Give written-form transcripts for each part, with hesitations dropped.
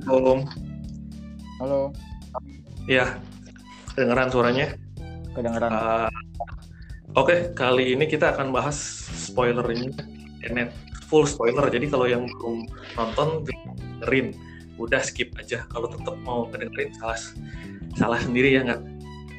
Om, Halo, ya, kedengeran suaranya. kedengeran. Uh, Oke, kali ini kita akan bahas spoiler ini, net full spoiler. Jadi kalau yang belum nonton, dengerin, udah skip aja. Kalau tetap mau kedengerin, salah sendiri ya nggak?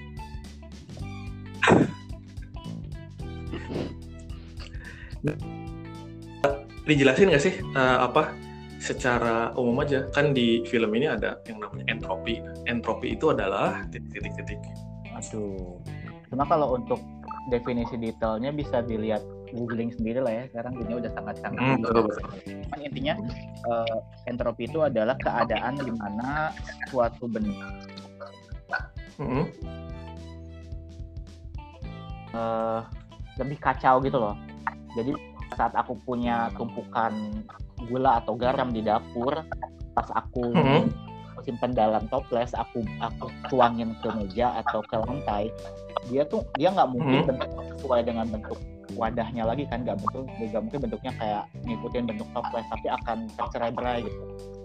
Dijelasin nggak sih apa? Secara umum aja, kan di film ini ada yang namanya entropi. Entropi itu adalah titik-titik. Aduh, cuma kalau untuk definisi detailnya bisa dilihat googling sendiri lah ya. Sekarang dunia udah sangat canggih. Betul. Cuman intinya entropi itu adalah keadaan di mana suatu benda lebih kacau gitu loh. Jadi saat aku punya tumpukan gula atau garam di dapur, pas aku simpan dalam toples, aku tuangin ke meja atau ke lantai, dia nggak mungkin bentuknya sesuai dengan bentuk wadahnya lagi kan, nggak mungkin bentuknya kayak ngikutin bentuk toples, tapi akan tercerai-berai gitu.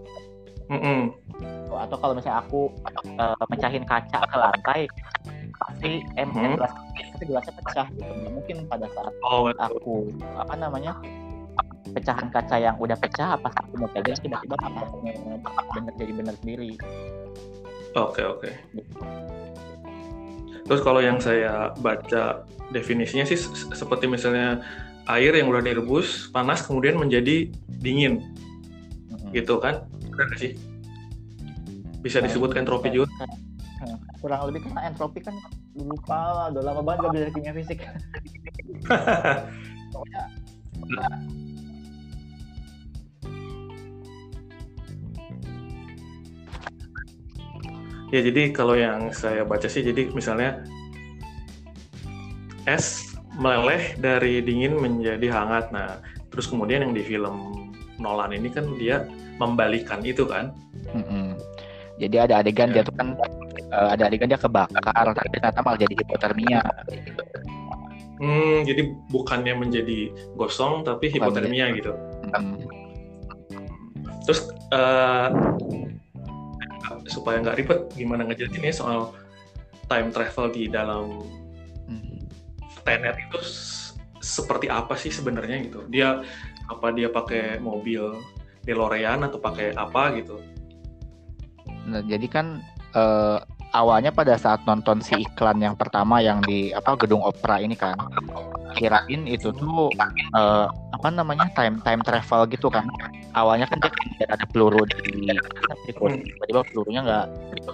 Atau kalau misalnya aku mecahin kaca ke lantai, pasti gelasnya pecah gitu. Nggak mungkin pada saat aku pecahan kaca yang udah pecah, pas aku mau pegang tiba-tiba jadi benar sendiri. Oke. Terus kalau yang saya baca definisinya sih seperti misalnya air yang udah direbus panas kemudian menjadi dingin, gitu kan? Benar nggak sih? Bisa disebut entropi juga? Kurang lebih, karena entropi kan lupa, udah lama banget gak belajar kimia fisik. Pokoknya ya, jadi kalau yang saya baca sih, jadi misalnya es meleleh dari dingin menjadi hangat. Nah, terus kemudian yang di film Nolan ini kan dia membalikan itu kan. Jadi ada adegan dia tuh kan ada adegan dia kebakar, tapi ternyata malah jadi hipotermia. Jadi bukannya menjadi gosong tapi hipotermia gitu. Terus supaya nggak ribet, gimana ngejelasinnya soal time travel di dalam Tenet itu seperti apa sih sebenarnya gitu? Dia pakai mobil DeLorean atau pakai apa gitu? Nah, jadi kan awalnya pada saat nonton si iklan yang pertama yang di gedung opera ini kan, kirain itu tuh time travel gitu kan. Awalnya kan dia ada peluru di tiba-tiba pelurunya nggak.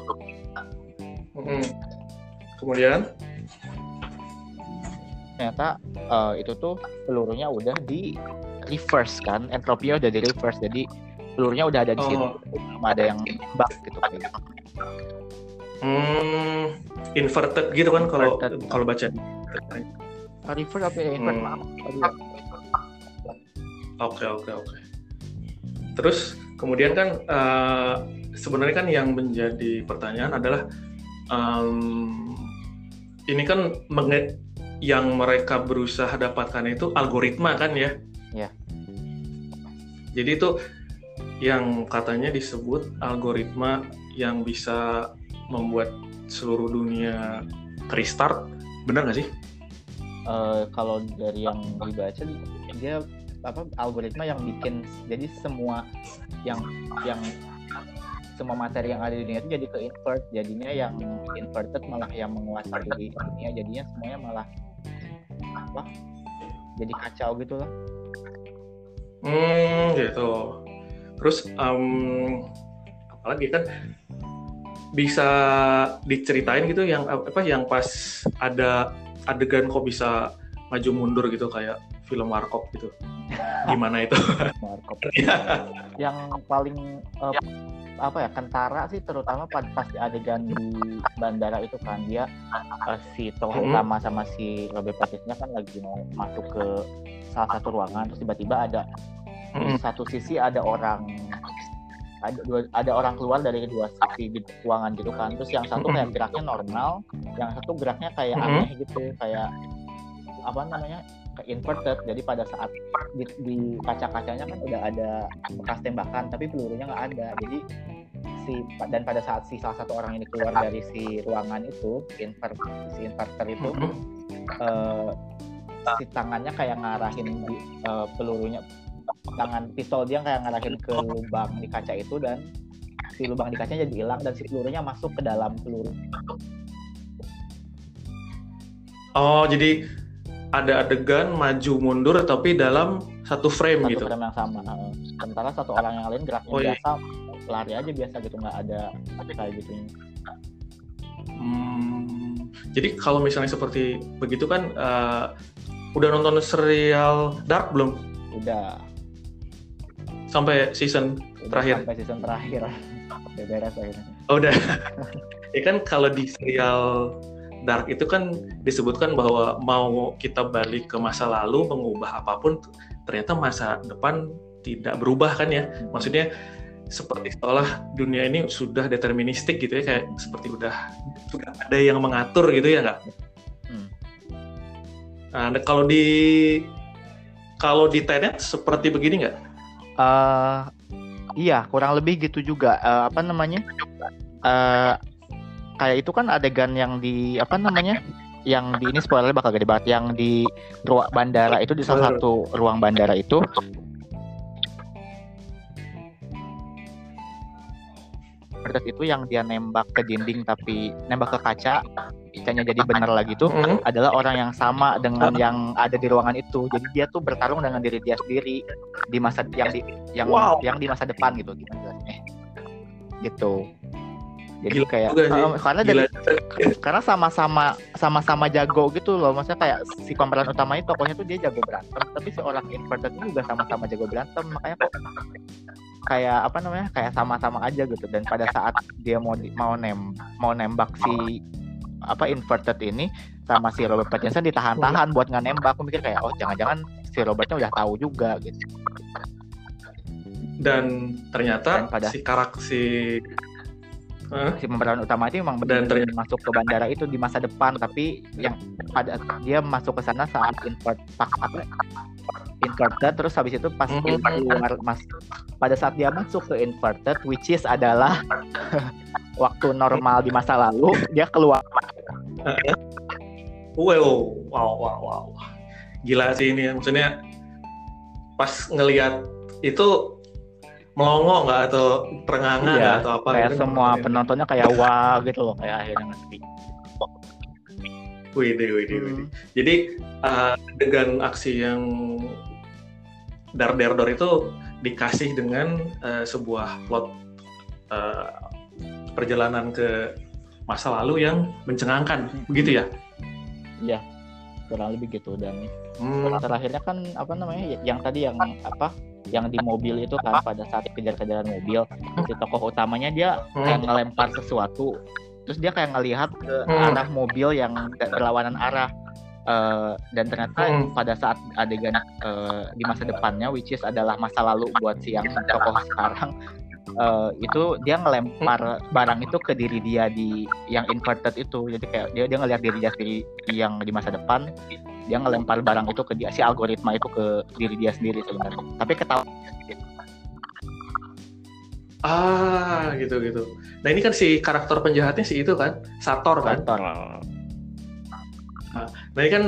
Kemudian ternyata itu tuh pelurunya udah di reverse kan, entropinya udah di reverse, jadi pelurunya udah ada di situ, cuma ada yang nembak gitu kayak. Inverted gitu kan kalau baca. Reverse apa ya? Invert maaf. Oke. Terus kemudian kan sebenarnya kan yang menjadi pertanyaan adalah ini kan yang mereka berusaha dapatkan itu algoritma kan ya? Ya. Jadi itu yang katanya disebut algoritma yang bisa membuat seluruh dunia restart, benar nggak sih? Kalau dari yang dibaca, dia algoritma yang bikin jadi semua yang semua materi yang ada di dunia itu jadi ke-invert, jadinya yang inverted malah yang menguasai dunia, jadinya semuanya malah jadi kacau gitu lah. Gitu. Terus apalagi kan bisa diceritain gitu yang pas ada adegan kok bisa maju mundur gitu kayak film Warkop gitu. Gimana itu? Warkop. Yang paling kentara sih terutama pas di adegan di bandara itu kan, dia si tokoh utama sama si Robert Pattinson kan lagi mau masuk ke salah satu ruangan, terus tiba-tiba ada di satu sisi ada orang keluar dari dua sisi di ruangan gitu kan, terus yang satu kayak geraknya normal, yang satu geraknya kayak aneh gitu, kayak inverted. Jadi pada saat di kaca-kacanya kan udah ada bekas tembakan, tapi pelurunya nggak ada. Jadi dan pada saat salah satu orang ini keluar dari si ruangan itu, si inverter itu, si tangannya kayak ngarahin pelurunya, tangan pistol dia kayak ngarahin ke lubang di kaca itu, dan si lubang di kacanya jadi hilang dan si pelurunya masuk ke dalam peluru. Oh, jadi ada adegan maju mundur tapi dalam satu frame gitu. Satu frame yang sama. Sementara satu orang yang lain geraknya biasa, lari aja biasa gitu, nggak ada kayak gitunya. Jadi kalau misalnya seperti begitu kan, udah nonton serial Dark belum? Udah. Sampai season terakhir? Sampai season terakhir. Udah beres akhirnya. Oh, udah. Ya kan kalau di serial Dark itu kan disebutkan bahwa mau kita balik ke masa lalu, mengubah apapun, ternyata masa depan tidak berubah kan ya. Maksudnya seperti seolah dunia ini sudah deterministik gitu ya, kayak seperti sudah ada yang mengatur gitu ya nggak? Nah, kalau di Tenet seperti begini nggak? Iya, kurang lebih gitu juga. Kayak itu kan adegan yang di yang di ini spoiler bakal gede banget, yang di ruang bandara itu, di salah satu ruang bandara itu. Itu yang dia nembak ke dinding tapi nembak ke kaca, kacanya jadi benar lagi tuh, adalah orang yang sama dengan yang ada di ruangan itu. Jadi dia tuh bertarung dengan diri dia sendiri di masa yang di masa depan gitu, gimana gitu. Jadi kayak karena sama-sama jago gitu loh. Maksudnya kayak si pemeran utamanya tokohnya tuh dia jago berantem, tapi si orang inverted itu juga sama-sama jago berantem. Makanya kok kayak kayak sama-sama aja gitu. Dan pada saat dia mau nembak si inverted ini, sama si Robert Pattinson ditahan-tahan buat nggak nembak. Aku mikir kayak, oh jangan-jangan si Robertnya udah tahu juga gitu. Dan ternyata si pemeran utama itu memang benar-benar masuk ke bandara itu di masa depan, tapi yang pada dia masuk ke sana saat inverted, terus habis itu pas keluar pada saat dia masuk ke inverted, which is adalah waktu normal di masa lalu, dia keluar. Wow. Gila sih ini, maksudnya pas ngelihat itu melongo nggak atau terenganga nggak atau apa kayak gitu, semua penontonnya kayak wah gitu loh, kayak akhirnya ngerti. Widih. Jadi dengan aksi yang dar itu dikasih dengan sebuah plot perjalanan ke masa lalu yang mencengangkan, begitu ya? Iya, kurang lebih gitu. Dan terakhirnya kan yang tadi yang di mobil itu kan, pada saat kejar-kejaran mobil, si tokoh utamanya dia kayak ngelempar sesuatu, terus dia kayak ngelihat ke arah mobil yang berlawanan arah, dan ternyata pada saat adegan di masa depannya, which is adalah masa lalu buat si yang tokoh sekarang, itu dia ngelempar barang itu ke diri dia di yang inverted itu. Jadi kayak dia ngelihat diri dia sendiri yang di masa depan, dia ngelempar barang itu ke dia, si algoritma itu ke diri dia sendiri sebenarnya. Tapi ketahuan gitu. Nah ini kan si karakter penjahatnya si itu kan, Sator kan? Sator. Nah ini kan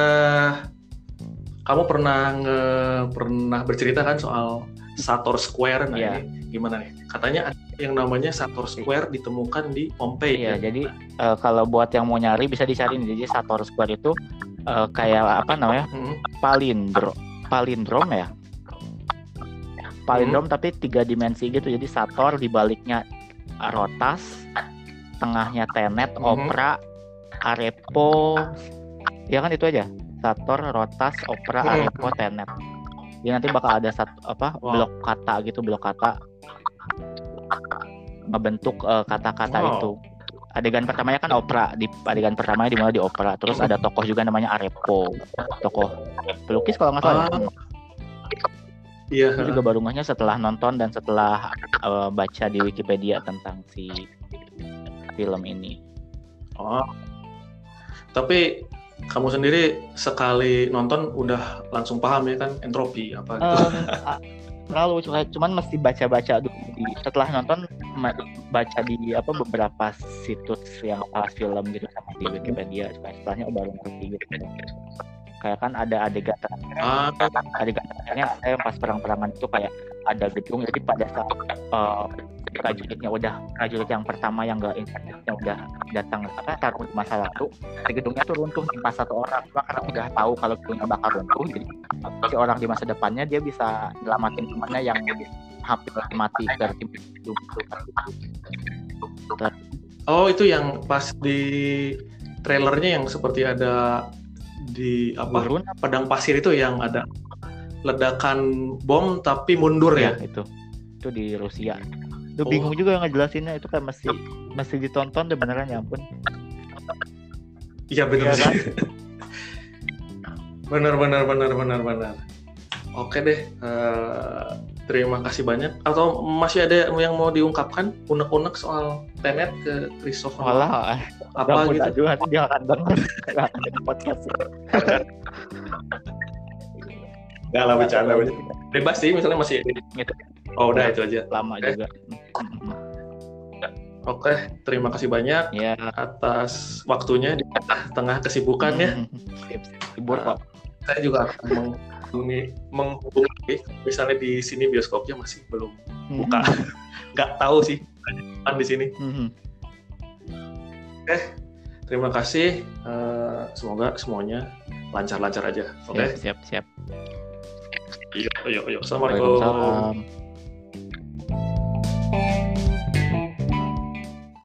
kamu pernah bercerita kan soal Sator Square. Nah ini gimana nih? Katanya yang namanya Sator Square ditemukan di Pompeii. Iya, jadi kalau buat yang mau nyari bisa dicari nih. Jadi Sator Square itu kayak palindrom ya. Palindrom tapi 3 dimensi gitu. Jadi Sator, di baliknya Rotas, tengahnya Tenet, Opera, Arepo. Ya kan itu aja. Sator, Rotas, Opera, Arepo, Tenet. Jadi nanti bakal ada blok kata ngebentuk kata-kata itu. Adegan pertamanya kan Opera, di adegan pertamanya dimulai di Opera. Terus ada tokoh juga namanya Arepo, tokoh pelukis kalau nggak salah. Iya. Itu juga baru ngehnya setelah nonton dan setelah baca di Wikipedia tentang si film ini. Tapi kamu sendiri sekali nonton udah langsung paham ya kan entropi apa gitu? Terlalu cuman mesti baca-baca dulu setelah nonton, baca di beberapa situs yang bahas film gitu sama di Wikipedia, setelahnya udah ngerti gitu. Kayak kan ada adegan terakhirnya yang pas perang-perangan itu kayak ada gedung, jadi pada saat prajurit yang pertama yang nggak internetnya udah datang taruh di masa lalu, di gedungnya tuh runtuh pas satu orang, cuma karena udah tahu kalau gedungnya bakal runtuh, jadi si orang di masa depannya dia bisa nyelamatin temannya yang hampir mati dari tim itu. Oh, itu yang pas di trailernya yang seperti ada di padang pasir itu yang ada ledakan bom tapi mundur ya? Itu di Rusia. Itu bingung juga ngejelasinnya, itu kan mesti ditonton deh beneran, ya ampun. Iya benar sih. Benar. Oke deh, terima kasih banyak. Atau masih ada yang mau diungkapkan unek-unek soal Tenet ke Christopher? Walah, apa gitu? Nanti dia akan denger di podcast. Nggak lah, bercanda. Bebas sih, misalnya masih gitu. Oh udah, itu aja. Lama juga. Oke, terima kasih banyak atas waktunya di tengah kesibukan ya. Libur kok. Saya juga akan menghubungi, misalnya di sini bioskopnya masih belum buka. Nggak tahu sih di sini. Oke, terima kasih. Semoga semuanya lancar-lancar aja. Oke. Siap. Yuk. Assalamualaikum. Waalaikumsalam.